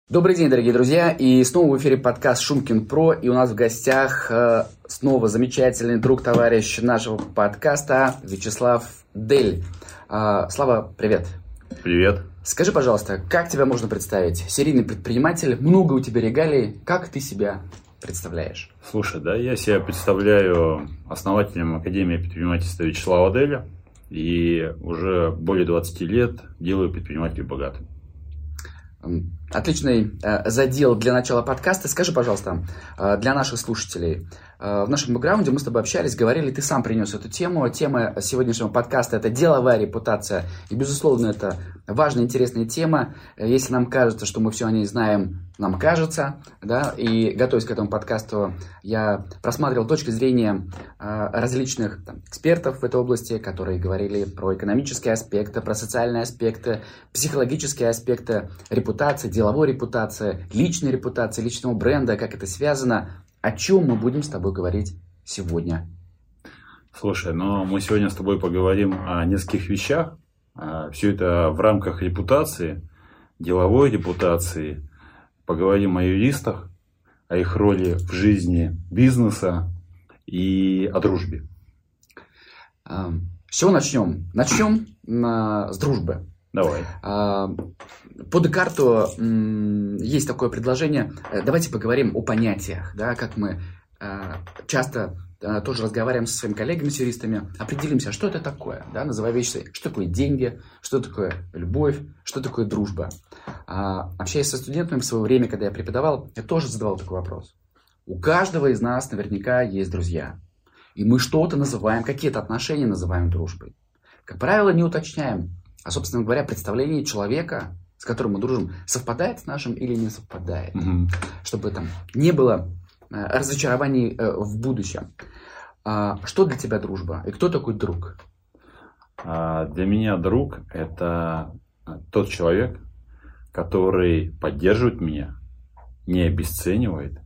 Добрый день, дорогие друзья, и снова в эфире подкаст Шумкин Про, и у нас в гостях снова замечательный друг, товарищ нашего подкаста Вячеслав Дель. Слава, привет. Привет. Скажи, пожалуйста, как тебя можно представить? Серийный предприниматель, много у тебя регалий, как ты себя представляешь? Слушай, да, я себя представляю основателем Академии предпринимательства Вячеслава Деля, и уже более 20 лет делаю предпринимателей богатым. Отличный задел для начала подкаста. Скажи, пожалуйста, для наших слушателей, в нашем бэкграунде мы с тобой общались, говорили, ты сам принес эту тему. Тема сегодняшнего подкаста – это деловая репутация. И, безусловно, это важная, интересная тема. Если нам кажется, что мы все о ней знаем, нам кажется. Да? И, готовясь к этому подкасту, я просматривал точки зрения различных экспертов в этой области, которые говорили про экономические аспекты, про социальные аспекты, психологические аспекты репутации, деловой репутации, личного бренда, как это связано. О чем мы будем с тобой говорить сегодня? Слушай, мы сегодня с тобой поговорим о нескольких вещах. Все это в рамках репутации, деловой репутации. Поговорим о юристах, о их роли в жизни бизнеса и о дружбе. С чего начнем? Начнем с дружбы. Давай. По Декарту есть такое предложение. Давайте поговорим о понятиях. Да, как мы часто тоже разговариваем со своими коллегами, с юристами. Определимся, что это такое. Да, называя вещи, что такое деньги, что такое любовь, что такое дружба. Общаясь со студентами в свое время, когда я преподавал, я тоже задавал такой вопрос. У каждого из нас наверняка есть друзья. И мы что-то называем, какие-то отношения называем дружбой. Как правило, не уточняем. А, собственно говоря, представление человека, с которым мы дружим, совпадает с нашим или не совпадает. Чтобы там не было разочарований в будущем. Что для тебя дружба? И кто такой друг? Для меня друг – это тот человек, который поддерживает меня, не обесценивает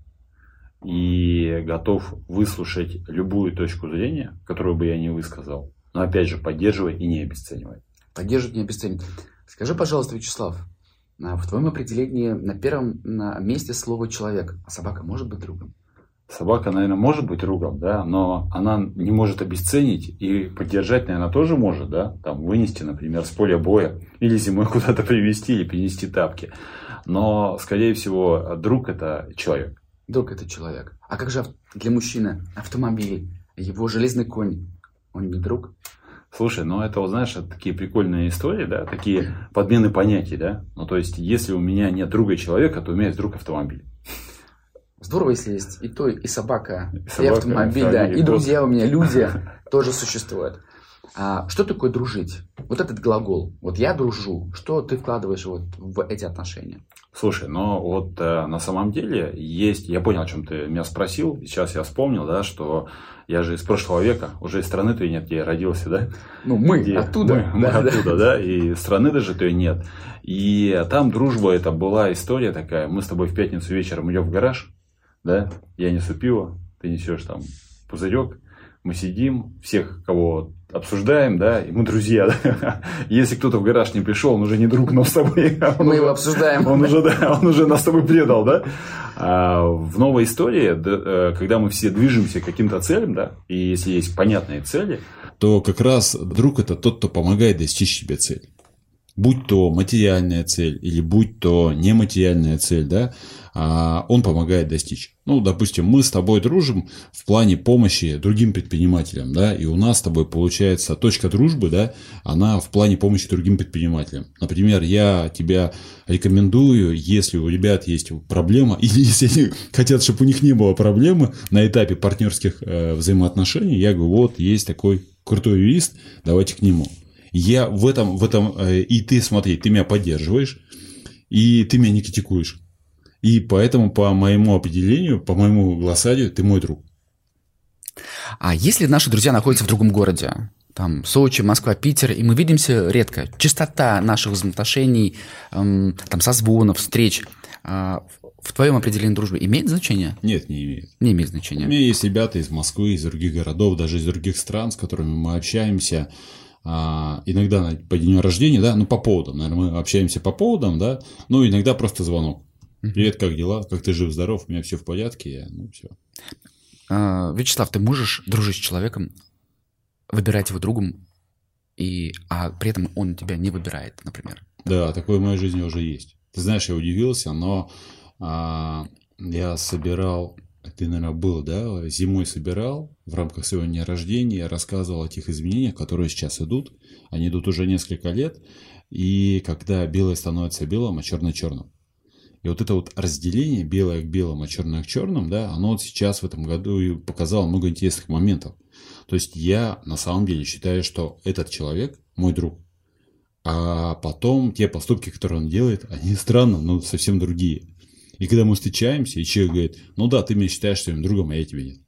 и готов выслушать любую точку зрения, которую бы я не высказал, но опять же поддерживает и не обесценивает. Поддерживать, не обесценивать. Скажи, пожалуйста, Вячеслав, в твоем определении на первом месте слово «человек», а собака может быть другом? Собака, наверное, может быть другом, да, но она не может обесценить и поддержать, наверное, тоже может, да, там вынести, например, с поля боя или зимой куда-то привезти или принести тапки. Но, скорее всего, друг – это человек. Друг – это человек. А как же для мужчины автомобиль, его железный конь, он не друг? Слушай, это, знаешь, это такие прикольные истории, да, такие подмены понятий, да. То есть, если у меня нет друга человека, то у меня есть друг автомобиль. Здорово, если есть и то, и собака, и автомобиль, да, и друзья у меня, люди тоже существуют. Что такое дружить? Вот этот глагол. Вот я дружу. Что ты вкладываешь в эти отношения? Слушай, на самом деле есть... Я понял, о чем ты меня спросил. Сейчас я вспомнил, да, что я же из прошлого века, уже из страны той нет, где я родился, да? Мы оттуда. Мы оттуда, да, и страны даже той нет. И там дружба, это была история такая. Мы с тобой в пятницу вечером идем в гараж, да? Я несу пиво, ты несешь там пузырек. Мы сидим, всех, кого обсуждаем, да, и мы друзья. Да? Если кто-то в гараж не пришел, он уже не друг, но с тобой. Мы его обсуждаем. Он уже нас с тобой предал, да. В новой истории, когда мы все движемся к каким-то целям, да, и если есть понятные цели, то как раз друг – это тот, кто помогает достичь себе цели. Будь то материальная цель или будь то нематериальная цель, да, он помогает достичь. Допустим, мы с тобой дружим в плане помощи другим предпринимателям, да, и у нас с тобой получается точка дружбы, да, она в плане помощи другим предпринимателям. Например, я тебя рекомендую, если у ребят есть проблема, или если они хотят, чтобы у них не было проблемы на этапе партнерских взаимоотношений, я говорю, вот есть такой крутой юрист, давайте к нему. Я в этом, и ты, смотри, ты меня поддерживаешь, и ты меня не критикуешь. И поэтому, по моему определению, по моему глоссарию, ты мой друг. А если наши друзья находятся в другом городе, там Сочи, Москва, Питер, и мы видимся редко, частота наших взаимоотношений, там созвонов, встреч, в твоем определении дружбы имеет значение? Нет, не имеет. Не имеет значения. У меня есть ребята из Москвы, из других городов, даже из других стран, с которыми мы общаемся. Иногда по дню рождения, да, по поводам, наверное, мы общаемся по поводам, да, иногда просто звонок. Привет, как дела? Как ты жив-здоров? У меня все в порядке? Ну, все. Вячеслав, ты можешь дружить с человеком, выбирать его другом, а при этом он тебя не выбирает, например? Да, такое в моей жизни уже есть. Ты знаешь, я удивился, но я собирал, ты, наверное, был, да, зимой собирал в рамках своего дня рождения, я рассказывал о тех изменениях, которые сейчас идут. Они идут уже несколько лет, и когда белое становится белым, а черное черным. И вот это вот разделение белое к белому, а черное к черным, да, оно вот сейчас в этом году и показало много интересных моментов. То есть я на самом деле считаю, что этот человек мой друг. А потом те поступки, которые он делает, они странно, но совсем другие. И когда мы встречаемся, и человек говорит, ну да, ты меня считаешь своим другом, а я тебя нет.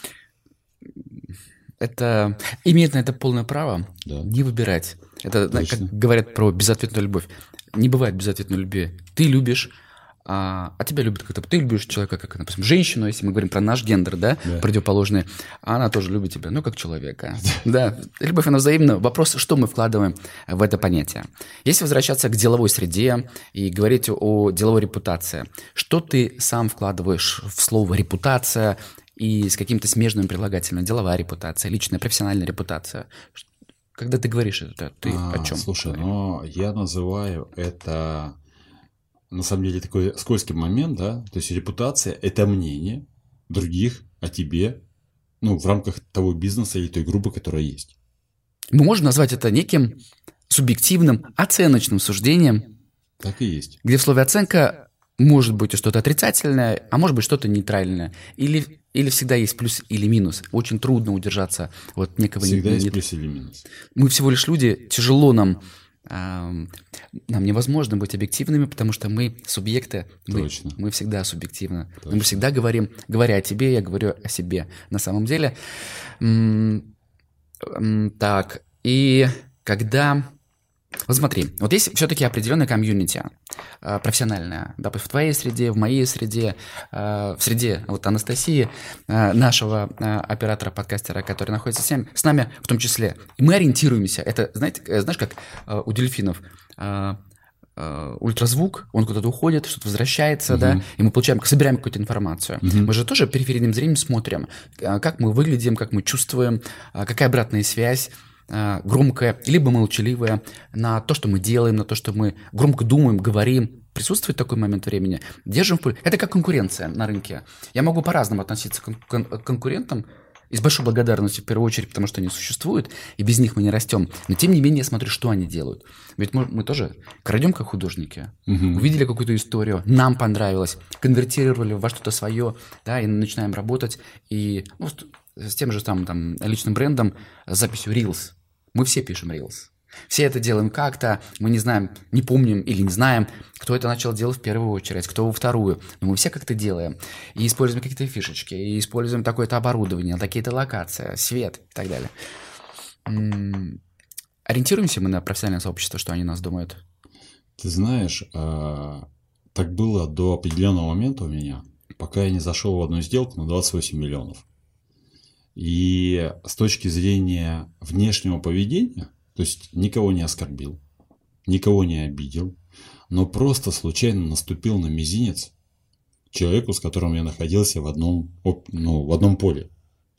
Это имеет на это полное право, да. Не выбирать. Это, Точно. как говорят про безответную любовь. Не бывает безответной любви. Ты любишь, а тебя любят как-то. Ты любишь человека, как, допустим, женщину, если мы говорим про наш гендер, да. Противоположный, а она тоже любит тебя, как человека. Да, любовь, она взаимна. Вопрос, что мы вкладываем в это понятие. Если возвращаться к деловой среде и говорить о деловой репутации, что ты сам вкладываешь в слово «репутация» и с каким-то смежным прилагательным? Деловая репутация, личная, профессиональная репутация. Когда ты говоришь это, ты о чем? Слушай, но я называю это... На самом деле такой скользкий момент, да, то есть репутация – это мнение других о тебе, в рамках того бизнеса или той группы, которая есть. Мы можем назвать это неким субъективным, оценочным суждением. Так и есть. Где в слове «оценка» может быть что-то отрицательное, а может быть что-то нейтральное. Или всегда есть плюс или минус. Очень трудно удержаться от некого... Всегда есть плюс или минус. Мы всего лишь люди, тяжело нам невозможно быть объективными, потому что мы субъекты, мы всегда субъективны. Мы всегда говорим, говоря о тебе, я говорю о себе. На самом деле, так, и когда... Вот смотри, вот есть все-таки определенная комьюнити профессиональная, да, в твоей среде, в моей среде, в среде вот Анастасии, нашего оператора, подкастера, который находится с нами в том числе. И мы ориентируемся. Это, знаешь, как у дельфинов ультразвук, он куда-то уходит, что-то возвращается, да, и мы собираем какую-то информацию. Мы же тоже периферийным зрением смотрим, как мы выглядим, как мы чувствуем, какая обратная связь, громкое, либо молчаливое, на то, что мы делаем, на то, что мы громко думаем, говорим. Присутствует такой момент времени. Держим в пульсе. Это как конкуренция на рынке. Я могу по-разному относиться к конкурентам, и с большой благодарностью, в первую очередь, потому что они существуют, и без них мы не растем. Но, тем не менее, я смотрю, что они делают. Ведь мы тоже крадем, как художники. Увидели какую-то историю, нам понравилось, конвертировали во что-то свое, да, и начинаем работать. И с тем же там личным брендом, с записью Reels. Мы все пишем Reels. Все это делаем как-то, мы не знаем, не помним или не знаем, кто это начал делать в первую очередь, кто во вторую. Но мы все как-то делаем. И используем какие-то фишечки, и используем такое-то оборудование, такие-то локации, свет и так далее. Ориентируемся мы на профессиональное сообщество, что они нас думают? Ты знаешь, так было до определенного момента у меня, пока я не зашел в одну сделку на 28 миллионов. И с точки зрения внешнего поведения, то есть никого не оскорбил, никого не обидел, но просто случайно наступил на мизинец человеку, с которым я находился в одном поле.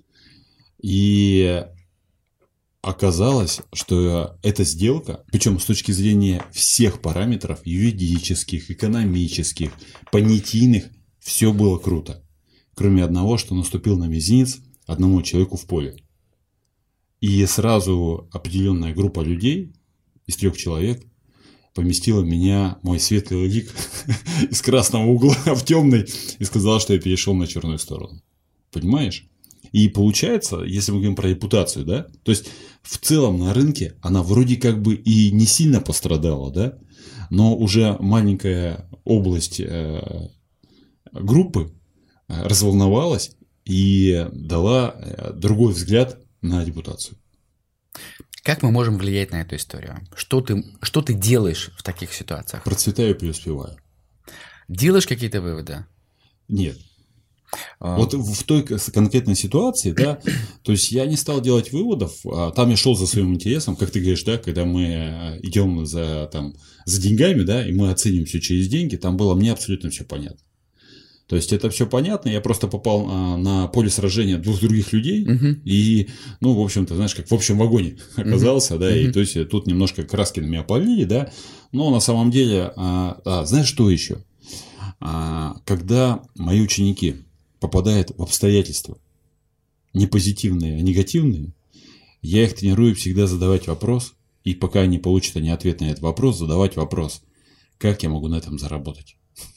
И оказалось, что эта сделка, причем с точки зрения всех параметров, юридических, экономических, понятийных, все было круто. Кроме одного, что наступил на мизинец одному человеку в поле. И сразу определенная группа людей из 3 человек поместила меня, мой светлый лик, из красного угла в темный и сказала, что я перешел на черную сторону. Понимаешь? И получается, если мы говорим про репутацию, да, то есть в целом на рынке она вроде как бы и не сильно пострадала, да, но уже маленькая область группы разволновалась и дала другой взгляд на репутацию. Как мы можем влиять на эту историю? Что ты делаешь в таких ситуациях? Процветаю и преуспеваю. Делаешь какие-то выводы? Нет. Вот в той конкретной ситуации, да, то есть я не стал делать выводов, там я шел за своим интересом, как ты говоришь, да, когда мы идем за деньгами, да, и мы оценим все через деньги, там было мне абсолютно все понятно. То есть это все понятно, я просто попал на поле сражения двух других людей, и, ну, в общем-то, знаешь, как в общем вагоне оказался, да, и то есть тут немножко краски на меня полили, да, но на самом деле, знаешь, что еще? Когда мои ученики попадают в обстоятельства не позитивные, а негативные, я их тренирую всегда задавать вопрос, и пока не получат они ответ на этот вопрос, задавать вопрос, как я могу на этом заработать.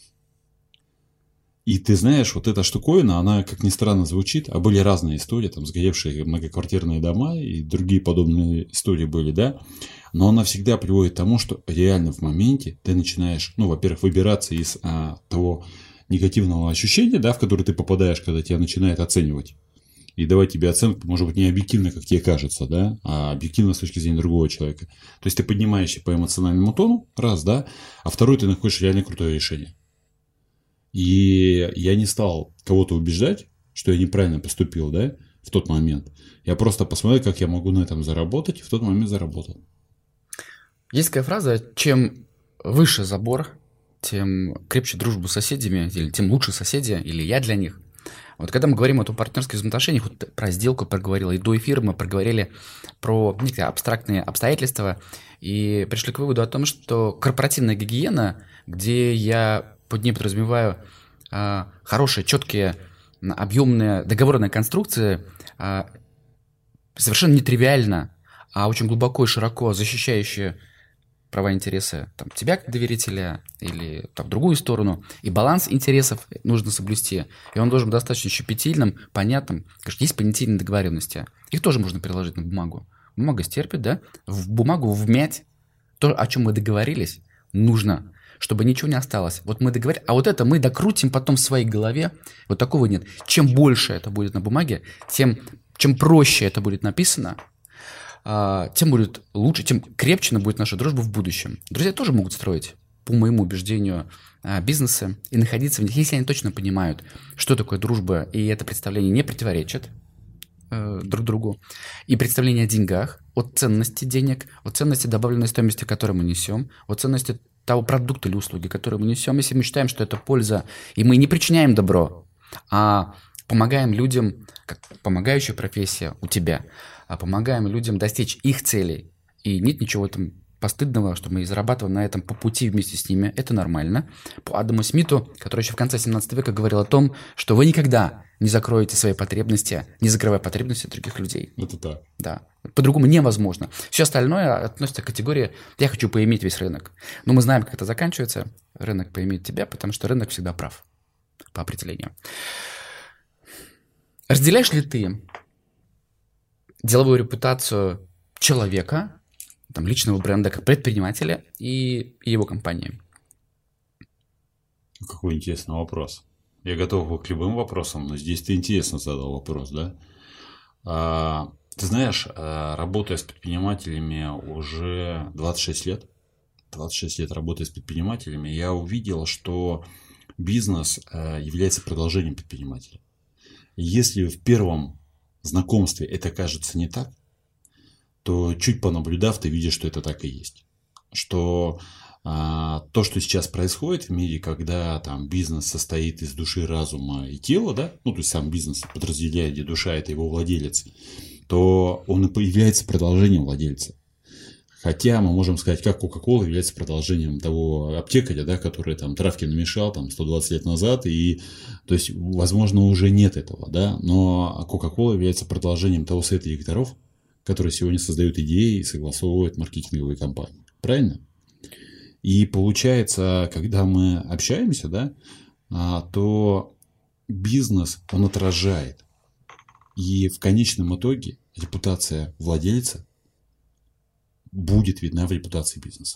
И ты знаешь, вот эта штуковина, она, как ни странно, звучит, а были разные истории, там, сгоревшие многоквартирные дома и другие подобные истории были, да, но она всегда приводит к тому, что реально в моменте ты начинаешь, ну, во-первых, выбираться из того негативного ощущения, да, в которое ты попадаешь, когда тебя начинают оценивать, и давать тебе оценку, может быть, не объективно, как тебе кажется, да, а объективно с точки зрения другого человека. То есть ты поднимаешься по эмоциональному тону, раз, да, а второй, ты находишь реально крутое решение. И я не стал кого-то убеждать, что я неправильно поступил, да, в тот момент. Я просто посмотрел, как я могу на этом заработать, и в тот момент заработал. Есть такая фраза: чем выше забор, тем крепче дружба с соседями, или тем лучше соседи, или я для них. Вот когда мы говорим о партнерских взаимоотношениях, вот про сделку проговорила, и до эфира мы проговорили про некие абстрактные обстоятельства, и пришли к выводу о том, что корпоративная гигиена, где я под ней подразумеваю хорошие, четкие, объемные договорные конструкции, совершенно нетривиально, а очень глубоко и широко защищающие права и интересы там, тебя как доверителя или там, в другую сторону. И баланс интересов нужно соблюсти. И он должен быть достаточно щепетильным, понятным. Конечно, есть понятийные договоренности. Их тоже можно переложить на бумагу. Бумага стерпит, да? В бумагу вмять то, о чем мы договорились, нужно, чтобы ничего не осталось. Вот мы договорились, а вот это мы докрутим потом в своей голове. Вот такого нет. Чем больше это будет на бумаге, чем проще это будет написано, тем будет лучше, тем крепче будет наша дружба в будущем. Друзья тоже могут строить, по моему убеждению, бизнесы и находиться в них, если они точно понимают, что такое дружба, и это представление не противоречит друг другу. И представление о деньгах, о ценности денег, о ценности добавленной стоимости, которую мы несем, о ценности того продукта или услуги, который мы несем, если мы считаем, что это польза, и мы не причиняем добро, а помогаем людям, как помогающая профессия у тебя, а помогаем людям достичь их целей. И нет ничего там постыдного, что мы зарабатываем на этом по пути вместе с ними. Это нормально. По Адаму Смиту, который еще в конце 17 века говорил о том, что вы никогда не закроете свои потребности, не закрывая потребности других людей. Это так. Да. По-другому невозможно. Все остальное относится к категории «я хочу поиметь весь рынок». Но мы знаем, как это заканчивается. Рынок поимеет тебя, потому что рынок всегда прав. По определению. Разделяешь ли ты деловую репутацию человека, там, личного бренда, как предпринимателя и его компании? Какой интересный вопрос. Я готов к любым вопросам, но здесь ты интересно задал вопрос, да? Ты знаешь, работая с предпринимателями уже 26 лет работая с предпринимателями, я увидел, что бизнес является продолжением предпринимателя. И если в первом знакомстве это кажется не так, то чуть понаблюдав, ты видишь, что это так и есть. Что то, что сейчас происходит в мире, когда там бизнес состоит из души, разума и тела, да, ну, то есть сам бизнес подразделяет, где душа – это его владелец, то он и является продолжением владельца. Хотя мы можем сказать, как Coca-Cola является продолжением того аптекаря, да, который там травки намешал там 120 лет назад, и, то есть, возможно, уже нет этого, да, но Coca-Cola является продолжением того сета директоров, которые сегодня создают идеи и согласовывают маркетинговые кампании. Правильно? И получается, когда мы общаемся, да, то бизнес, он отражает. И в конечном итоге репутация владельца будет видна в репутации бизнеса.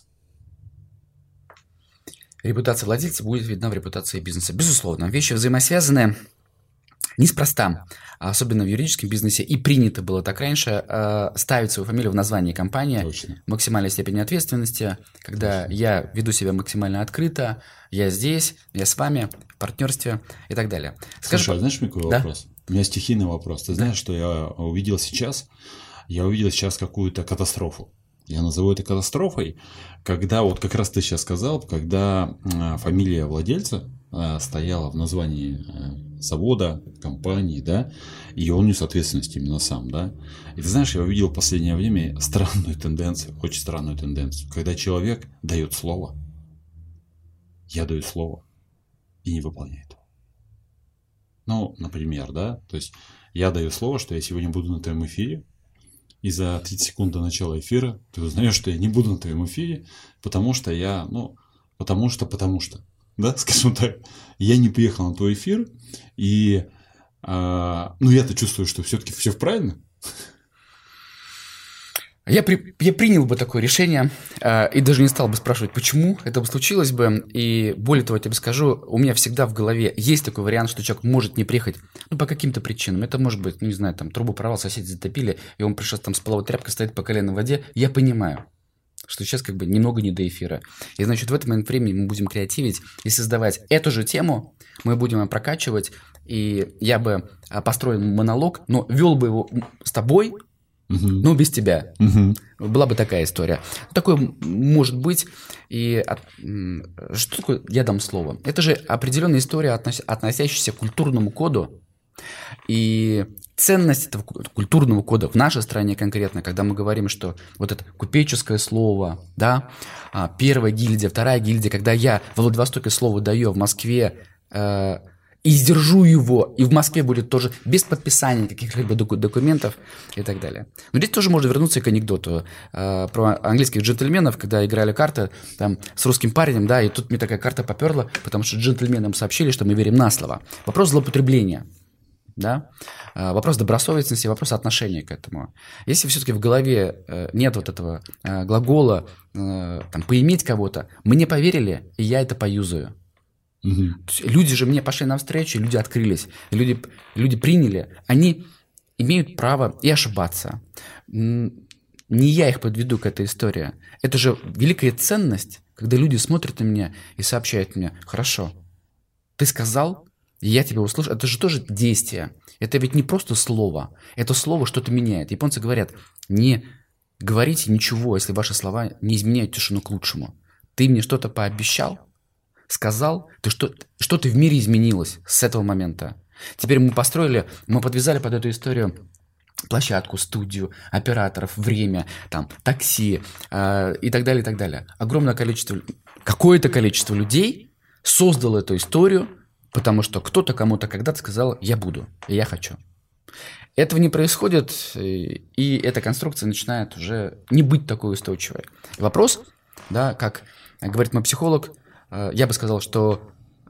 Репутация владельца будет видна в репутации бизнеса. Безусловно, вещи взаимосвязаны неспроста, особенно в юридическом бизнесе, и принято было так раньше ставить свою фамилию в названии компании. Точно. Максимальной степени ответственности, когда я веду себя максимально открыто, я здесь, я с вами, партнерстве и так далее. Слушай, знаешь, какой вопрос? У меня стихийный вопрос. Ты знаешь, что я увидел сейчас? Я увидел сейчас какую-то катастрофу. Я назову это катастрофой, когда, вот как раз ты сейчас сказал, когда фамилия владельца стояла в названии завода, компании, да, и он нес ответственность именно сам, да. И ты знаешь, я увидел в последнее время странную тенденцию, очень странную тенденцию, когда человек дает слово, я даю слово и не выполняет его. Ну, например, да, то есть я даю слово, что я сегодня буду на твоем эфире, и за 30 секунд до начала эфира ты узнаешь, что я не буду на твоем эфире, потому что я, потому что, да, скажем так, я не приехал на твой эфир, и, я-то чувствую, что все-таки все правильно. Я принял бы такое решение и даже не стал бы спрашивать, почему это бы случилось бы. И более того, я тебе скажу, у меня всегда в голове есть такой вариант, что человек может не приехать, по каким-то причинам. Это может быть, не знаю, там трубу прорвал, соседи затопили, и он пришел там с половой тряпкой, стоит по колено в воде. Я понимаю, что сейчас как бы немного не до эфира. И значит, в этот момент времени мы будем креативить и создавать эту же тему, мы будем ее прокачивать, и я бы построил монолог, но вел бы его с тобой, но без тебя. Была бы такая история. Такое может быть. И что такое «я дам слово»? Это же определенная история, относящаяся к культурному коду. И ценность этого культурного кода в нашей стране конкретно, когда мы говорим, что вот это купеческое слово, да, первая гильдия, вторая гильдия, когда я в Владивостоке слово даю, в Москве и сдержу его, и в Москве будет тоже без подписания каких-либо документов и так далее. Но здесь тоже можно вернуться к анекдоту про английских джентльменов, когда играли карты там, с русским парнем, да, и тут мне такая карта поперла, потому что джентльменам сообщили, что мы верим на слово. Вопрос злоупотребления, да, вопрос добросовестности, вопрос отношения к этому. Если все-таки в голове нет вот этого глагола там, поиметь кого-то, мне поверили, и я это поюзаю. Люди же мне пошли навстречу, люди открылись, люди приняли, они имеют право и ошибаться. Не я их подведу к этой истории. Это же великая ценность, когда люди смотрят на меня и сообщают мне: хорошо, ты сказал, я тебя услышал. Это же тоже действие. Это ведь не просто слово, это слово что-то меняет. Японцы говорят: не говорите ничего, если ваши слова не изменяют тишину к лучшему. Ты мне что-то пообещал, сказал, что-то в мире изменилось с этого момента. Теперь мы подвязали под эту историю площадку, студию, операторов, время, там, такси и так далее, и так далее. Какое-то количество людей создало эту историю, потому что кто-то кому-то когда-то сказал: я буду, и я хочу. Этого не происходит, и эта конструкция начинает уже не быть такой устойчивой. Вопрос, да, как говорит мой психолог, я бы сказал, что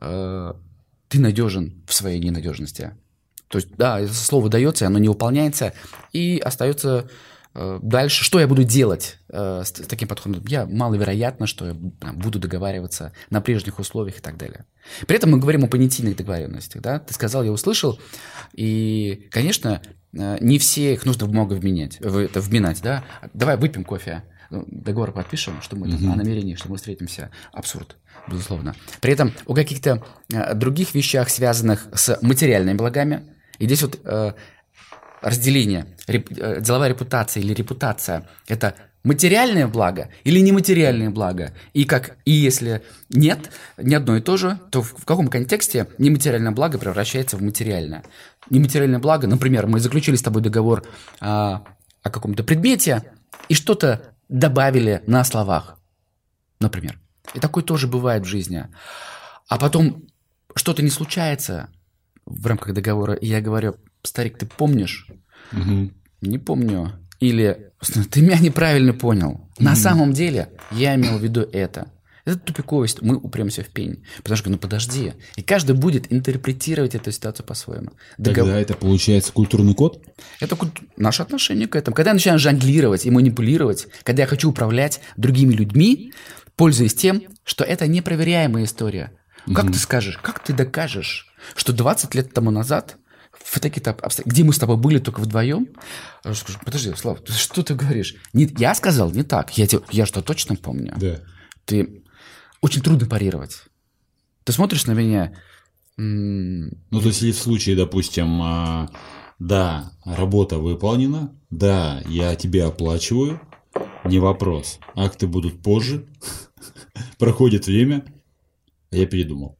ты надежен в своей ненадежности. То есть, да, это слово дается, оно не выполняется, и остается дальше. Что я буду делать с таким подходом? Маловероятно, что я буду договариваться на прежних условиях и так далее. При этом мы говорим о понятийных договоренностях. Да? Ты сказал, я услышал, и, конечно, не все их нужно много вминать. Да? Давай выпьем кофе. Договор подпишем, что мы о намерении, что мы встретимся. Абсурд, безусловно. При этом о каких-то других вещах, связанных с материальными благами, и здесь вот разделение. Деловая репутация или репутация – это материальное благо или нематериальное благо? И если нет, не одно и то же, то в каком контексте нематериальное благо превращается в материальное? Нематериальное благо, например, мы заключили с тобой договор о каком-то предмете, и что-то добавили на словах, например. И такое тоже бывает в жизни. А потом что-то не случается в рамках договора, и я говорю: старик, ты помнишь? Не помню. Или ты меня неправильно понял. На самом деле я имел в виду это. Это тупиковость, мы упремся в пень. Потому что, подожди. И каждый будет интерпретировать эту ситуацию по-своему. Тогда это получается культурный код? Это наше отношение к этому. Когда я начинаю жонглировать и манипулировать, когда я хочу управлять другими людьми, пользуясь тем, что это непроверяемая история. Как ты скажешь, как ты докажешь, что 20 лет тому назад, в такие-то обстоятельства, где мы с тобой были только вдвоем, я скажу: подожди, Слав, что ты говоришь? Я сказал не так, я что, точно помню? Да. Очень трудно парировать. Ты смотришь на меня, Ну, то есть, если в случае, допустим, да, работа выполнена, да, я тебе оплачиваю, не вопрос. Акты будут позже, проходит время, а я передумал.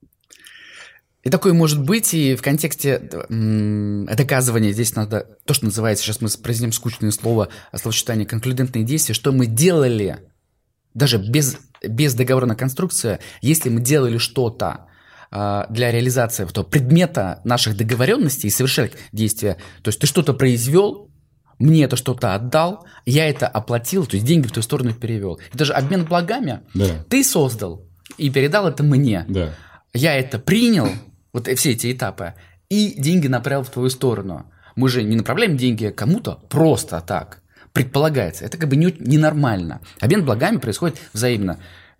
И такое может быть, и в контексте доказывания здесь надо то, что называется, сейчас мы произнесем скучное словосочетание конклюдентные действия, что мы делали, даже без договорной конструкции, если мы делали что-то для реализации предмета наших договоренностей и совершали действия, то есть ты что-то произвел, мне это что-то отдал, я это оплатил, то есть деньги в ту сторону перевел. Это же обмен благами. Да. Ты создал и передал это мне. Да. Я это принял, вот все эти этапы, и деньги направил в твою сторону. Мы же не направляем деньги кому-то просто так. Предполагается. Это как бы ненормально. Обмен благами происходит взаимно.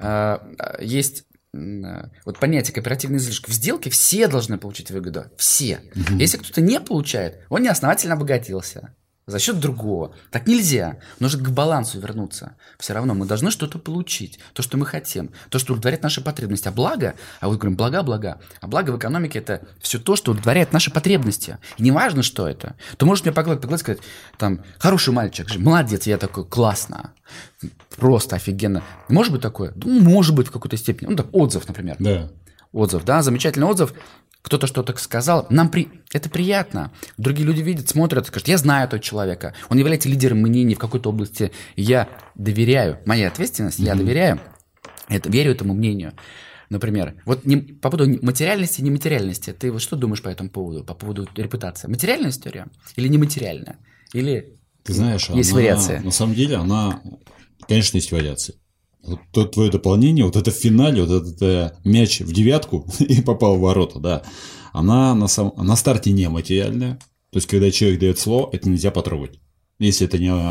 Есть вот понятие кооперативный излишек. В сделке все должны получить выгоду. Все. Если кто-то не получает, он неосновательно обогатился за счет другого. Так нельзя. Нужно к балансу вернуться. Все равно мы должны что-то получить. То, что мы хотим. То, что удовлетворяет наши потребности. А благо, а вот говорим, блага. А благо в экономике это все то, что удовлетворяет наши потребности. И не важно, что это. Ты можешь мне погладить, сказать, там, хороший мальчик, молодец, я такой, классно. Просто офигенно. Может быть такое? Ну, может быть в какой-то степени. Ну, так, отзыв, например. Да. Отзыв, да, замечательный отзыв. Кто-то что-то сказал, это приятно. Другие люди видят, смотрят, скажут, я знаю этого человека, он является лидером мнений в какой-то области, я доверяю, моя ответственность, я доверяю, верю этому мнению. Например, вот по поводу материальности и нематериальности, ты вот что думаешь по этому поводу, по поводу репутации? Материальная история или нематериальная? Или ты знаешь, есть вариация? На самом деле, конечно, есть вариация. Вот то твое дополнение, вот это в финале, вот этот мяч в девятку и попал в ворота, да, она на старте не материальная. То есть, когда человек дает слово, это нельзя потрогать. Если это не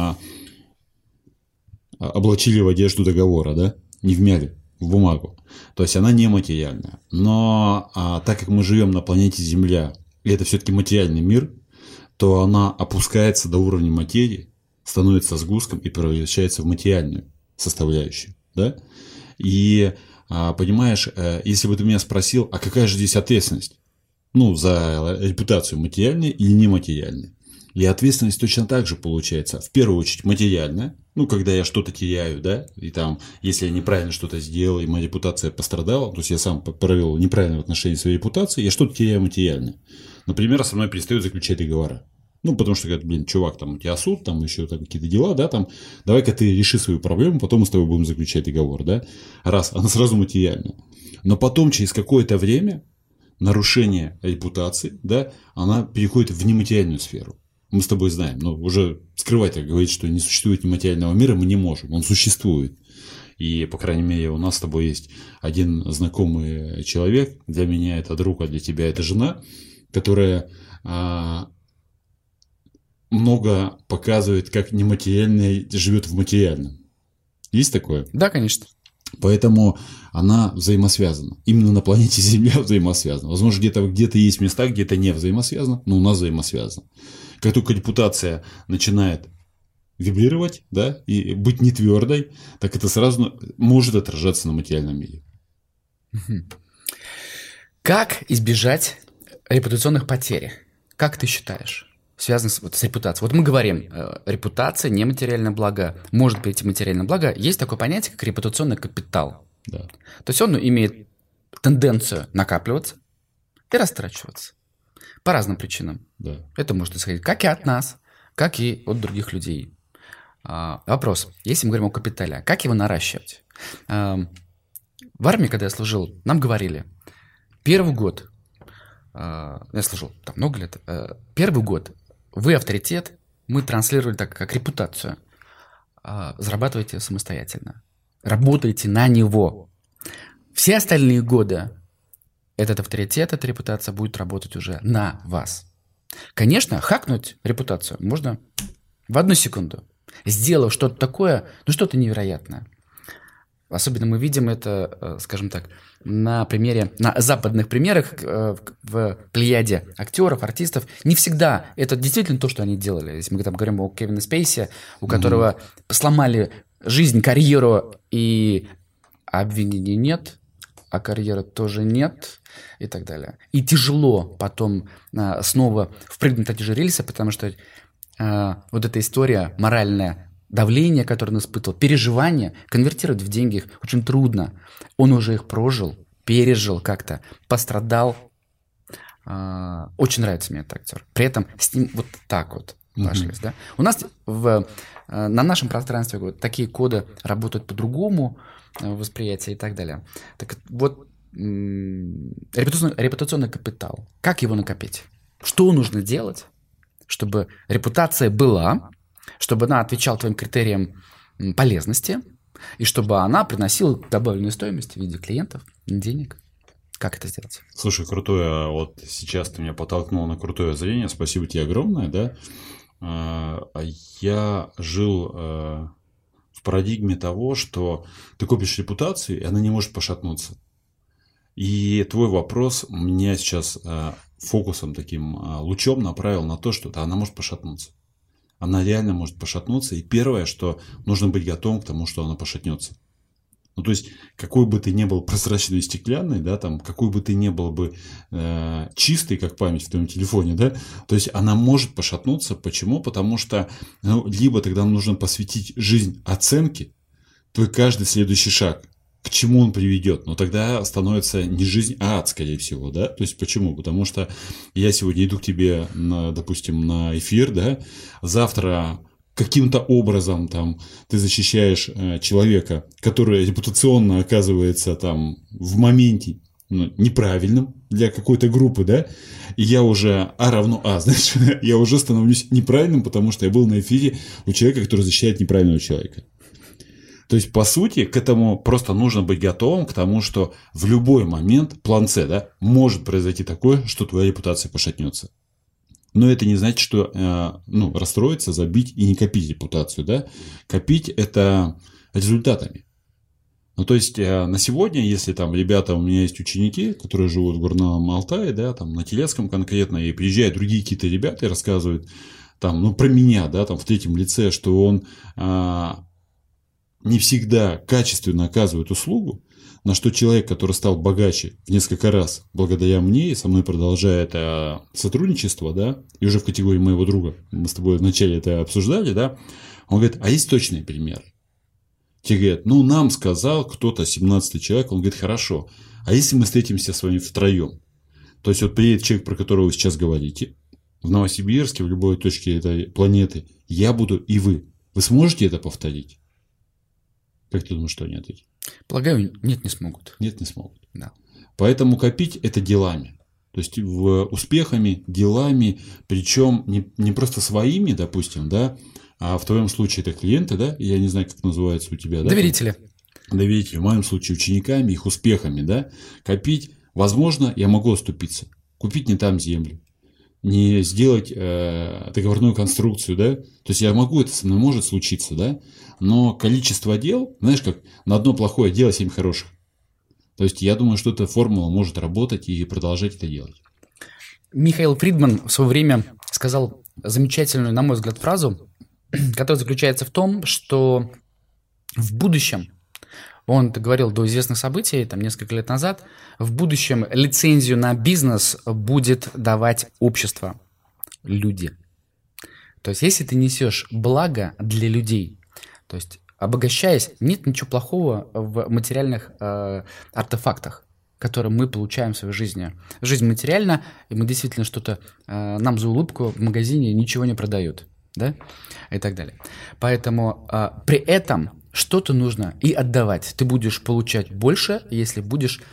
облачили в одежду договора, да, не вмяли в бумагу. То есть, она не материальная. Но так как мы живем на планете Земля, и это все-таки материальный мир, то она опускается до уровня материи, становится сгустком и превращается в материальную составляющую. Да? И, понимаешь, если бы ты меня спросил, а какая же здесь ответственность? Ну, за репутацию, материальная или нематериальная? И ответственность точно так же получается. В первую очередь материальная. Ну, когда я что-то теряю, да, и там, если я неправильно что-то сделал, и моя репутация пострадала, то есть я сам провел неправильное отношение своей репутации, я что-то теряю материально. Например, со мной перестают заключать договора. Ну, потому что говорят, чувак, там у тебя суд, там еще там какие-то дела, да, там, давай-ка ты реши свою проблему, потом мы с тобой будем заключать договор, да. Раз, она сразу материальна. Но потом, через какое-то время, нарушение репутации, да, она переходит в нематериальную сферу. Мы с тобой знаем, но уже скрывать, говорить, что не существует нематериального мира, мы не можем, он существует. И, по крайней мере, у нас с тобой есть один знакомый человек, для меня это друг, а для тебя это жена, которая много показывает, как нематериальное живет в материальном. Есть такое? Да, конечно. Поэтому она взаимосвязана. Именно на планете Земля взаимосвязана. Возможно, где-то есть места, где-то не взаимосвязано, но у нас взаимосвязано. Как только репутация начинает вибрировать, да, и быть не твердой, так это сразу может отражаться на материальном мире. Как избежать репутационных потерь? Как ты считаешь? Связано с репутацией. Вот мы говорим, репутация, нематериальное благо, может быть и материальное благо. Есть такое понятие, как репутационный капитал. Да. То есть он имеет тенденцию накапливаться и растрачиваться. По разным причинам. Да. Это может исходить как и от нас, как и от других людей. Вопрос. Если мы говорим о капитале, как его наращивать? В армии, когда я служил, нам говорили, первый год, я служил там много лет, первый год вы авторитет, мы транслировали так, как репутацию. Зарабатывайте самостоятельно. Работайте на него. Все остальные годы этот авторитет, эта репутация будет работать уже на вас. Конечно, хакнуть репутацию можно в одну секунду, сделав что-то такое, что-то невероятное. Особенно мы видим это, скажем так, на западных примерах в плеяде актеров, артистов. Не всегда это действительно то, что они делали. Если мы там говорим о Кевине Спейси, у которого сломали жизнь, карьеру, и обвинений нет, а карьеры тоже нет и так далее. И тяжело потом снова впрыгнуть на те же рельсы, потому что вот эта история, моральное давление, которое он испытывал, переживания, конвертировать в деньги их очень трудно. Он уже их прожил, пережил как-то, пострадал. Очень нравится мне этот актер. При этом с ним вот так вот пошлись, да? У нас на нашем пространстве вот такие коды работают по-другому, восприятие и так далее. Так вот, репутационный капитал. Как его накопить? Что нужно делать, чтобы репутация была, чтобы она отвечала твоим критериям полезности, и чтобы она приносила добавленную стоимость в виде клиентов, денег? Как это сделать? Слушай, крутое, вот сейчас ты меня подтолкнул на крутое зрение, спасибо тебе огромное, да. Я жил в парадигме того, что ты копишь репутацию, и она не может пошатнуться. И твой вопрос меня сейчас фокусом таким лучом направил на то, что она может пошатнуться. Она реально может пошатнуться. И первое, что нужно быть готовым к тому, что она пошатнется. Ну, то есть, какой бы ты ни был прозрачный и стеклянный, да, там, какой бы ты ни был бы чистый, как память в твоем телефоне, да, то есть, она может пошатнуться. Почему? Потому что, либо тогда нужно посвятить жизнь оценке, твой каждый следующий шаг, к чему он приведет. Но тогда становится не жизнь, а ад, скорее всего, да. То есть, почему? Потому что я сегодня иду к тебе, допустим, на эфир, да, завтра каким-то образом там ты защищаешь человека, который репутационно оказывается там в моменте неправильным для какой-то группы, да, и я уже А равно А, знаешь, я уже становлюсь неправильным, потому что я был на эфире у человека, который защищает неправильного человека. То есть, по сути, к этому просто нужно быть готовым к тому, что в любой момент, план С, да, может произойти такое, что твоя репутация пошатнется. Но это не значит, что расстроиться, забить и не копить репутацию, да. Копить это результатами. Ну, то есть, на сегодня, если там ребята, у меня есть ученики, которые живут в Горном Алтае, да, там на Телецком конкретно, и приезжают другие какие-то ребята и рассказывают там, про меня, да, там в третьем лице, что он не всегда качественно оказывает услугу, на что человек, который стал богаче в несколько раз благодаря мне и со мной продолжает сотрудничество, да, и уже в категории моего друга, мы с тобой вначале это обсуждали, да, он говорит, а есть точные примеры? Те говорят, нам сказал кто-то, 17-й человек, он говорит, хорошо, а если мы встретимся с вами втроем? То есть, вот приедет человек, про которого вы сейчас говорите, в Новосибирске, в любой точке этой планеты, я буду и вы. Вы сможете это повторить? Как ты думаешь, что они ответят? Полагаю, нет, не смогут. Нет, не смогут. Да. Поэтому копить это делами. То есть, успехами, делами, причем не просто своими, допустим, да, а в твоем случае это клиенты, да, я не знаю, как называется у тебя. Доверители. Да? Доверители, в моем случае учениками, их успехами, да, копить. Возможно, я могу оступиться, купить не там землю, не сделать договорную конструкцию, да, то есть я могу, это со мной может случиться, да, но количество дел, знаешь, как на одно плохое дело 7 хороших. То есть я думаю, что эта формула может работать и продолжать это делать. Михаил Фридман в свое время сказал замечательную, на мой взгляд, фразу, которая заключается в том, что в будущем, он это говорил до известных событий, там несколько лет назад, в будущем лицензию на бизнес будет давать общество, люди. То есть, если ты несешь благо для людей, то есть, обогащаясь, нет ничего плохого в материальных артефактах, которые мы получаем в своей жизни. Жизнь материальна, и мы действительно что-то, нам за улыбку в магазине ничего не продают, да, и так далее. Поэтому при этом что-то нужно и отдавать. Ты будешь получать больше, если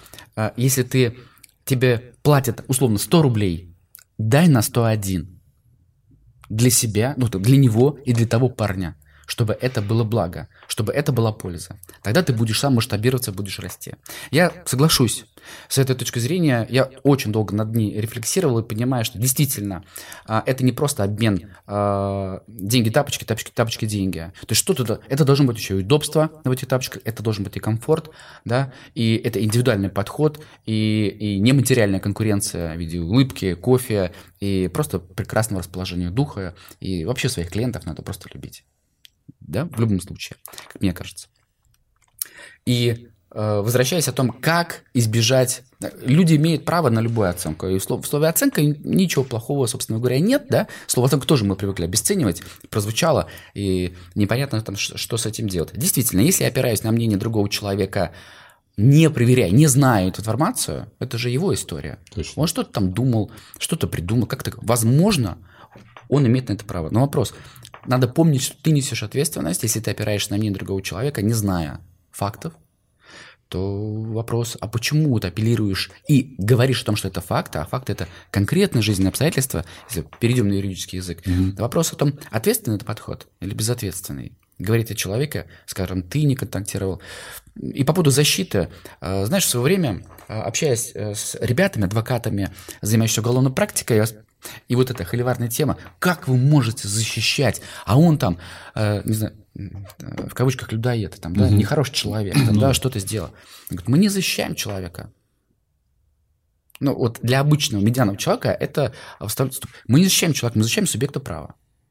тебе платят условно 100 рублей, дай на 101 для себя, для него и для того парня, чтобы это было благо, чтобы это была польза. Тогда ты будешь сам масштабироваться, будешь расти. Я соглашусь с этой точки зрения. Я очень долго над ней рефлексировал и понимаю, что действительно это не просто обмен деньги-тапочки, тапочки-тапочки, деньги. То есть что-то, это должно быть еще и удобство в этих тапочках, это должен быть и комфорт, да, и это индивидуальный подход, и нематериальная конкуренция в виде улыбки, кофе, и просто прекрасного расположения духа, и вообще своих клиентов надо просто любить. Да, в любом случае, как мне кажется. И возвращаясь о том, как избежать... Люди имеют право на любую оценку. И в слове «оценка» ничего плохого, собственно говоря, нет. Да? Слово «оценка» тоже мы привыкли обесценивать. Прозвучало, и непонятно, там, что с этим делать. Действительно, если я опираюсь на мнение другого человека, не проверяя, не зная эту информацию, это же его история. Точно. Он что-то там думал, что-то придумал. Как-то, возможно, он имеет на это право. Но вопрос. Надо помнить, что ты несешь ответственность, если ты опираешься на мнение другого человека, не зная фактов, то вопрос, а почему ты апеллируешь и говоришь о том, что это факты, а факты – это конкретные жизненные обстоятельства, если перейдем на юридический язык. Вопрос о том, ответственный это подход или безответственный. Говорит о человеке, с которым ты не контактировал. И по поводу защиты, знаешь, в свое время, общаясь с ребятами, адвокатами, занимающимися уголовной практикой, и вот эта холиварная тема, как вы можете защищать, а он там, не знаю, в кавычках людоед, там, да, нехороший человек, там, да, что-то сделал. Он говорит, мы не защищаем человека. Ну, вот для обычного медианного человека это... Мы не защищаем человека, мы защищаем субъекта права.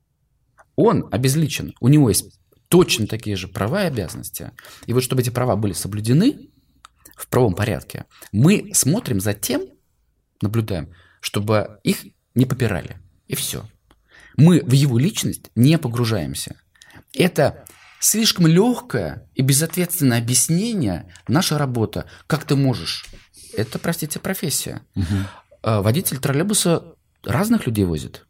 Он обезличен, у него есть точно такие же права и обязанности. И вот чтобы эти права были соблюдены в правовом порядке, мы смотрим за тем, наблюдаем, чтобы их не попирали. И все. Мы в его личность не погружаемся. Это слишком легкое и безответственное объяснение, наша работа. Как ты можешь? Это, простите, профессия. Водитель троллейбуса разных людей возит.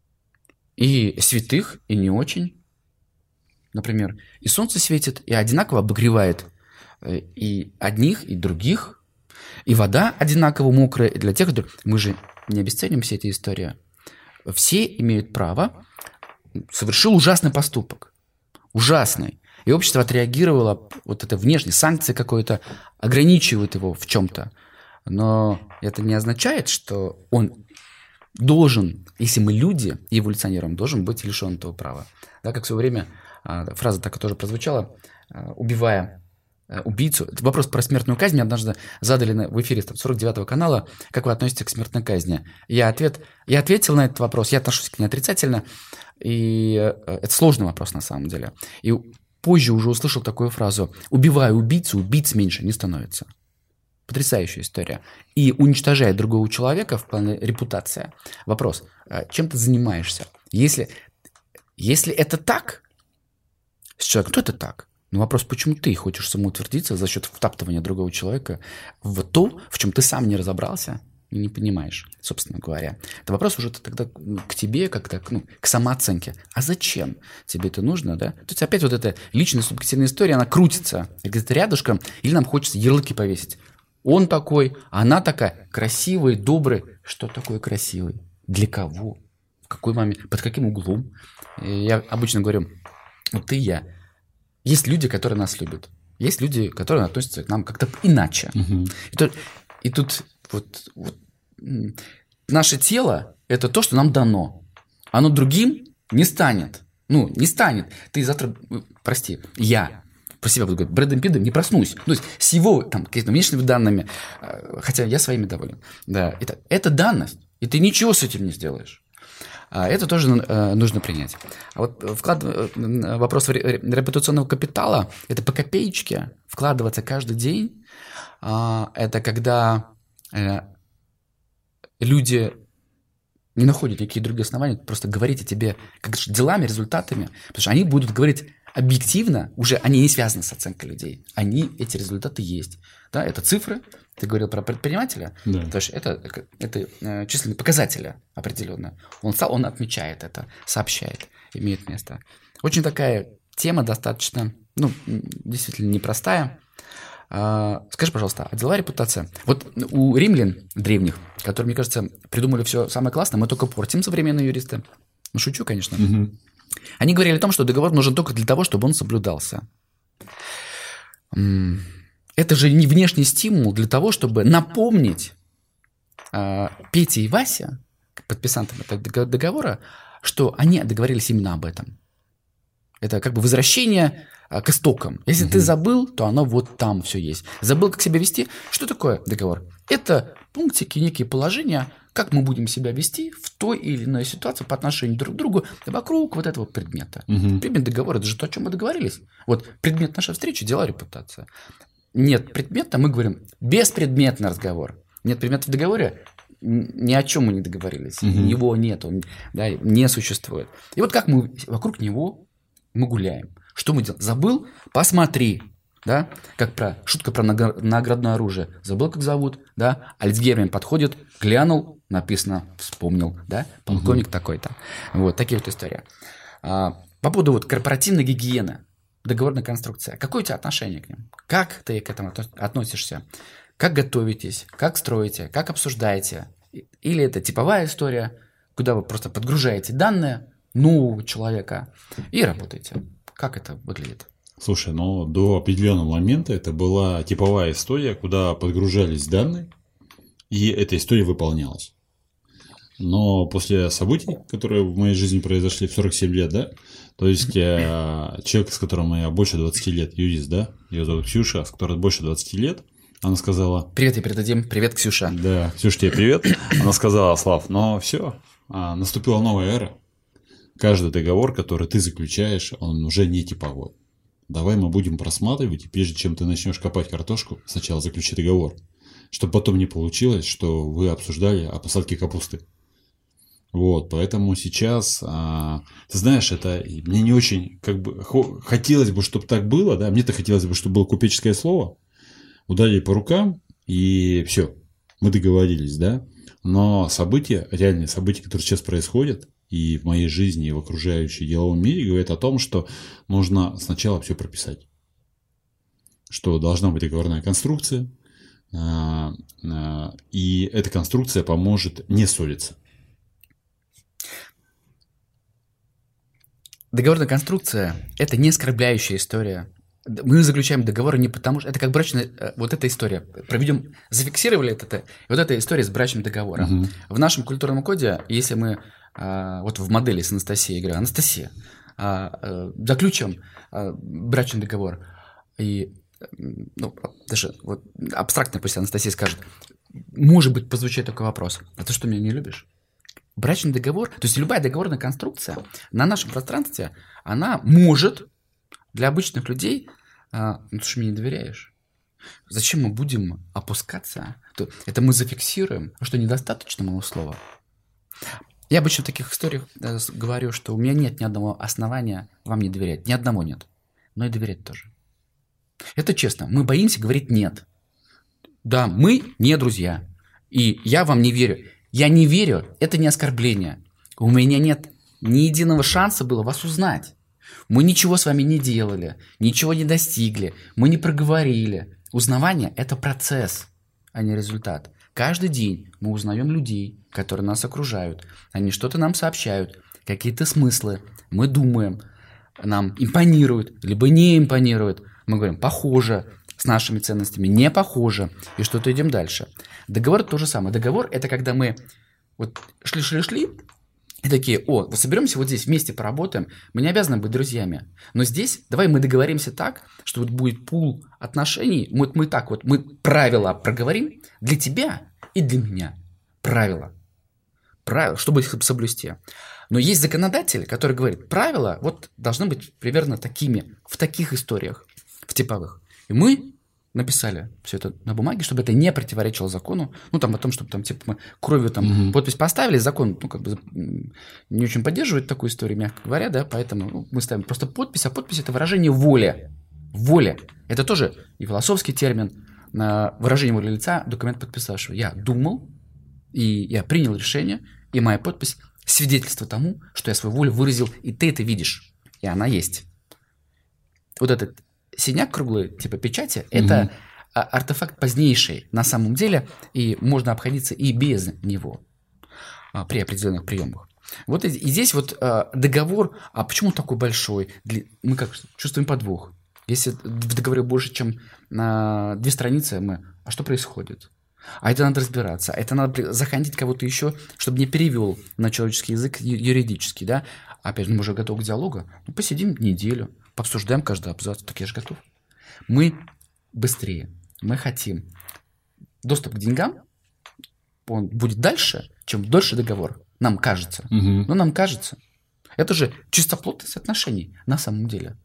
И святых, и не очень. Например, и солнце светит, и одинаково обогревает и одних, и других. И вода одинаково мокрая для тех, кто... Мы же не обесценим все эти истории. Все имеют право. Совершил ужасный поступок. Ужасный. И общество отреагировало, вот это внешние санкции какое-то ограничивают его в чем-то. Но это не означает, что он должен, если мы люди и эволюционируем, должен быть лишен этого права. Да, как в свое время фраза такая тоже прозвучала, убивая убийцу. Вопрос про смертную казнь мне однажды задали в эфире 49-го канала, как вы относитесь к смертной казни. Я ответил на этот вопрос, я отношусь к ней отрицательно, и это сложный вопрос на самом деле. И позже уже услышал такую фразу: убивая убийцу, убийц меньше не становится. Потрясающая история. И уничтожая другого человека в плане репутации. Вопрос, чем ты занимаешься? Если это так, с человеком, то это так. Но вопрос, почему ты хочешь самоутвердиться за счет втаптывания другого человека в то, в чем ты сам не разобрался и не понимаешь, собственно говоря. Это вопрос уже тогда к тебе, как-то, к самооценке. А зачем тебе это нужно, да? То есть опять вот эта личная субъективная история, она крутится где-то рядышком, или нам хочется ярлыки повесить. Он такой, она такая, красивый, добрый. Что такое красивый? Для кого? В какой момент? Под каким углом? Я обычно говорю, вот ты и я. Есть люди, которые нас любят. Есть люди, которые относятся к нам как-то иначе. И тут вот наше тело – это то, что нам дано. Оно другим не станет. Не станет. Ты завтра, прости, я про себя буду говорить, Брэдом Питтом не проснусь. То есть с его какими-то внешними данными, хотя я своими доволен. Да, это данность, и ты ничего с этим не сделаешь. Это тоже нужно принять. А вот вопрос репутационного капитала – это по копеечке вкладываться каждый день. Это когда люди не находят никаких других оснований, просто говорить о тебе как делами, результатами, потому что они будут говорить объективно, уже они не связаны с оценкой людей. Эти результаты есть. Да, это цифры. Ты говорил про предпринимателя. Да. То есть это численные показатели определенно. Он отмечает это, сообщает, имеет место. Очень такая тема достаточно, действительно непростая. Скажи, пожалуйста, а деловая репутация? Вот у римлян древних, которые, мне кажется, придумали все самое классное, мы только портим, современные юристы. Шучу, конечно. Они говорили о том, что договор нужен только для того, чтобы он соблюдался. Это же не внешний стимул для того, чтобы напомнить Пете и Васе, подписантам этого договора, что они договорились именно об этом. Это как бы возвращение к истокам. Если ты забыл, то оно вот там все есть. Забыл, как себя вести? Что такое договор? Это пунктики, некие положения, как мы будем себя вести в той или иной ситуации по отношению друг к другу вокруг вот этого предмета. Предмет договора – это же то, о чем мы договорились. Вот предмет нашей встречи – дела, репутация. нет предмета, мы говорим беспредметный разговор. Нет предмета в договоре, ни о чем мы не договорились. Его нет, он не существует. И вот как мы вокруг него мы гуляем. Что мы делаем? Забыл? Посмотри. Да? Как шутка про наградное оружие. Забыл, как зовут? Да? Альцгеймер подходит, глянул, написано, вспомнил. Да? Полковник такой-то. Вот такие вот истории. По поводу вот корпоративной гигиены, договорная конструкция. Какое у тебя отношение к ним? Как ты к этому относишься? Как готовитесь? Как строите? Как обсуждаете? Или это типовая история, куда вы просто подгружаете данные нового человека и работаете? Как это выглядит? Слушай, но до определенного момента это была типовая история, куда подгружались данные, и эта история выполнялась. Но после событий, которые в моей жизни произошли в 47 лет, да, то есть человек, с которым я больше 20 лет, юрист, да, ее зовут Ксюша, с которой больше 20 лет, она сказала... Привет, и передадим. Привет, Ксюша. Да, Ксюша, тебе привет. Она сказала: Слав, но все, наступила новая эра. Каждый договор, который ты заключаешь, он уже не типовой. Давай мы будем просматривать, и прежде чем ты начнешь копать картошку, сначала заключи договор. Чтобы потом не получилось, что вы обсуждали о посадке капусты. Вот, поэтому сейчас, ты знаешь, это мне не очень, хотелось бы, чтобы так было, да, мне-то хотелось бы, чтобы было купеческое слово, ударили по рукам, и все, мы договорились, да, но события, реальные события, которые сейчас происходят, и в моей жизни, и в окружающем деловом мире, говорят о том, что нужно сначала все прописать, что должна быть договорная конструкция, и эта конструкция поможет не ссориться. Договорная конструкция – это не оскорбляющая история. Мы заключаем договор не потому, что… Это как брачная… Вот эта история. Зафиксировали это. И вот эта история с брачным договором. В нашем культурном коде, если мы… Вот в модели с Анастасией играю. Анастасия, заключим брачный договор. И даже вот абстрактно пусть Анастасия скажет. Может быть, позвучит такой вопрос. А ты что, меня не любишь? Брачный договор, то есть любая договорная конструкция на нашем пространстве, она может для обычных людей, ты что, мне не доверяешь? Зачем мы будем опускаться? Это мы зафиксируем, что недостаточно моего слова. Я обычно в таких историях говорю, что у меня нет ни одного основания вам не доверять. Ни одного нет. Но и доверять тоже. Это честно. Мы боимся говорить «нет». Да, мы не друзья. И я вам не верю. Я не верю, это не оскорбление. У меня нет ни единого шанса было вас узнать. Мы ничего с вами не делали, ничего не достигли, мы не проговорили. Узнавание – это процесс, а не результат. Каждый день мы узнаем людей, которые нас окружают. Они что-то нам сообщают, какие-то смыслы. Мы думаем, нам импонируют, либо не импонируют. Мы говорим «похоже», с нашими ценностями не похоже, и что-то идем дальше. Договор – то же самое. Договор – это когда мы вот шли, и такие: о, соберемся вот здесь, вместе поработаем, мы не обязаны быть друзьями. Но здесь давай мы договоримся так, что вот будет пул отношений, мы правила проговорим для тебя и для меня. Правила, чтобы их соблюсти. Но есть законодатель, который говорит, правила вот должны быть примерно такими, в таких историях, в типовых. И мы написали все это на бумаге, чтобы это не противоречило закону. Ну, там о том, чтобы там, типа, мы кровью там подпись поставили, закон, не очень поддерживает такую историю, мягко говоря, да, поэтому мы ставим просто подпись, а подпись – это выражение воли. Воля. Это тоже и философский термин, выражение воли лица, документ подписавшего. Я думал, и я принял решение, и моя подпись – свидетельство тому, что я свою волю выразил, и ты это видишь, и она есть. Вот этот синяк круглый, типа печати, это артефакт позднейший на самом деле, и можно обходиться и без него при определенных приемах. Вот и здесь вот договор, а почему такой большой? Мы как чувствуем подвох. Если в договоре больше, чем на 2 страницы, а что происходит? А это надо разбираться, а это надо захантить кого-то еще, чтобы не перевел на человеческий язык юридический, да? Опять же, мы уже готовы к диалогу, посидим неделю, пообсуждаем каждый абзац, так я же готов. Мы быстрее, мы хотим. Доступ к деньгам, он будет дальше, чем дольше договор. Нам кажется. Но нам кажется. Это же чистоплотность отношений на самом деле.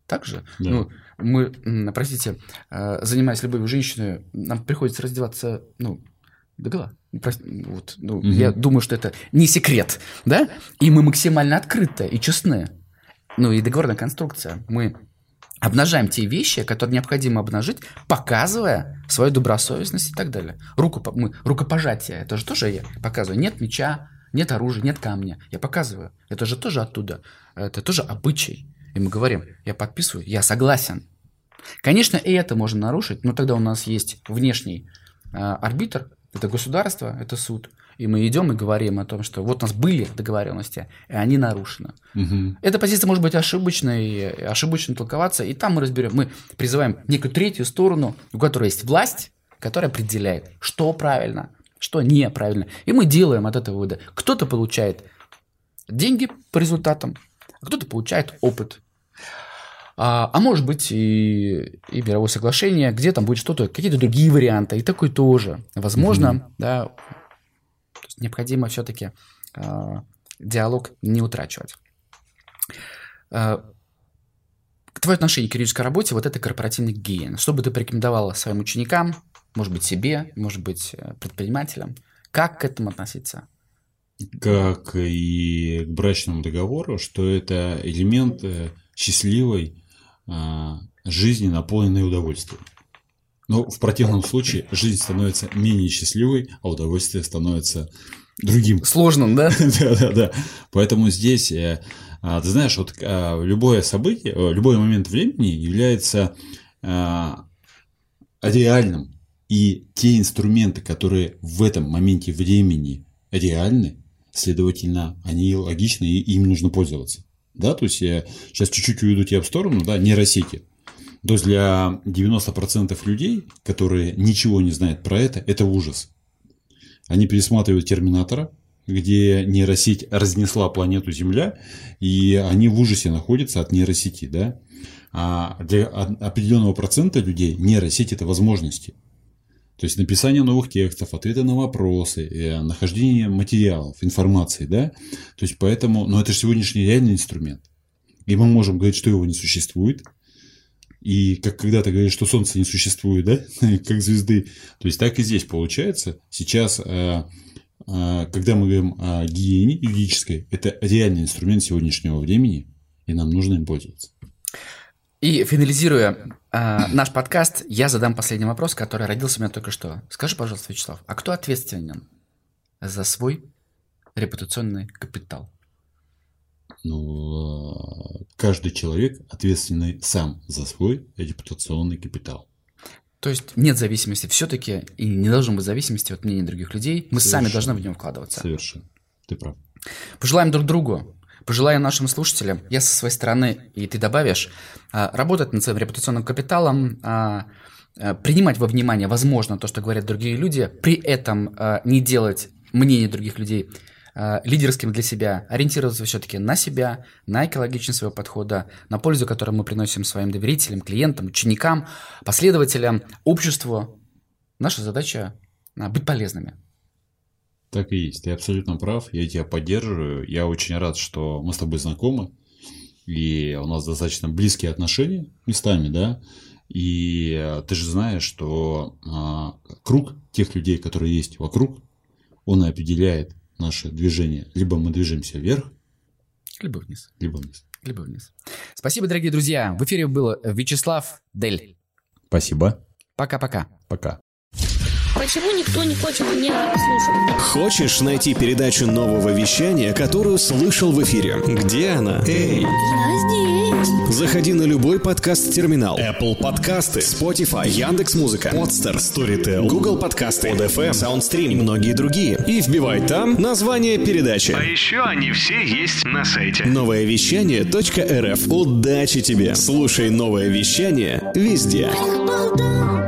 Так же? Да. Ну, мы, простите, занимаясь любовью женщины, нам приходится раздеваться, догола. Вот, я думаю, что это не секрет, да? И мы максимально открыты и честны. И договорная конструкция. Мы обнажаем те вещи, которые необходимо обнажить, показывая свою добросовестность и так далее. Рукопожатие, это же тоже я показываю. Нет меча, нет оружия, нет камня. Я показываю. Это же тоже оттуда. Это тоже обычай. И мы говорим, я подписываю, я согласен. Конечно, и это можно нарушить, но тогда у нас есть внешний арбитр, это государство, это суд. И мы идем и говорим о том, что вот у нас были договоренности, и они нарушены. Эта позиция может быть ошибочной, ошибочно толковаться, и там мы разберем. Мы призываем некую третью сторону, у которой есть власть, которая определяет, что правильно, что неправильно. И мы делаем от этого вывода. Кто-то получает деньги по результатам, а кто-то получает опыт. А может быть и мировое соглашение, где там будет что-то, какие-то другие варианты, и такое тоже. Возможно, да, то есть необходимо все-таки диалог не утрачивать. Твое отношение к юридической работе, вот это корпоративный гигиена. Что бы ты порекомендовала своим ученикам, может быть себе, может быть предпринимателям, как к этому относиться? Как и к брачному договору, что это элемент счастливой жизни, наполненной удовольствием. Но в противном случае жизнь становится менее счастливой, а удовольствие становится другим. Сложным, да? Да. Поэтому здесь, ты знаешь, вот любое событие, любой момент времени является реальным. И те инструменты, которые в этом моменте времени реальны, следовательно, они логичны, и им нужно пользоваться. Да, то есть я сейчас чуть-чуть уведу тебя в сторону, да, нейросети. То есть для 90% людей, которые ничего не знают про это ужас. Они пересматривают «Терминатора», где нейросеть разнесла планету Земля, и они в ужасе находятся от нейросети, да. А для определенного процента людей нейросеть – это возможности. То есть написание новых текстов, ответы на вопросы, нахождение материалов, информации, да. То есть поэтому, но это же сегодняшний реальный инструмент. И мы можем говорить, что его не существует. И как когда-то говорили, что Солнце не существует, да, как звезды. То есть так и здесь получается. Сейчас, когда мы говорим о гигиене юридической, это реальный инструмент сегодняшнего времени, и нам нужно им пользоваться. И финализируя наш подкаст, я задам последний вопрос, который родился у меня только что. Скажи, пожалуйста, Вячеслав, а кто ответственен за свой репутационный капитал? Каждый человек ответственный сам за свой репутационный капитал. То есть нет зависимости все-таки, и не должно быть зависимости от мнения других людей. Мы сами должны в него вкладываться. Совершенно. Ты прав. Пожелаем друг другу. Пожелаю нашим слушателям, я со своей стороны, и ты добавишь, работать над своим репутационным капиталом, принимать во внимание, возможно, то, что говорят другие люди, при этом не делать мнение других людей лидерским для себя, ориентироваться все-таки на себя, на экологичность своего подхода, на пользу, которую мы приносим своим доверителям, клиентам, ученикам, последователям, обществу. Наша задача быть полезными. Так и есть, ты абсолютно прав, я тебя поддерживаю, я очень рад, что мы с тобой знакомы, и у нас достаточно близкие отношения местами, да, и ты же знаешь, что круг тех людей, которые есть вокруг, он и определяет наше движение, либо мы движемся вверх, либо вниз. Либо вниз. Либо вниз. Спасибо, дорогие друзья, в эфире был Вячеслав Дель. Спасибо. Пока-пока. Пока. Почему никто не хочет меня слушать? Хочешь найти передачу нового вещания, которую слышал в эфире? Где она? Эй! Я здесь. Заходи на любой подкаст-терминал. Apple подкасты, Spotify, Яндекс.Музыка, Podster, Storytel, Google подкасты, PodFM, SoundStream и многие другие. И вбивай там название передачи. А еще они все есть на сайте. Новоевещание.рф. Удачи тебе! Слушай новое вещание везде. Эх, болтал.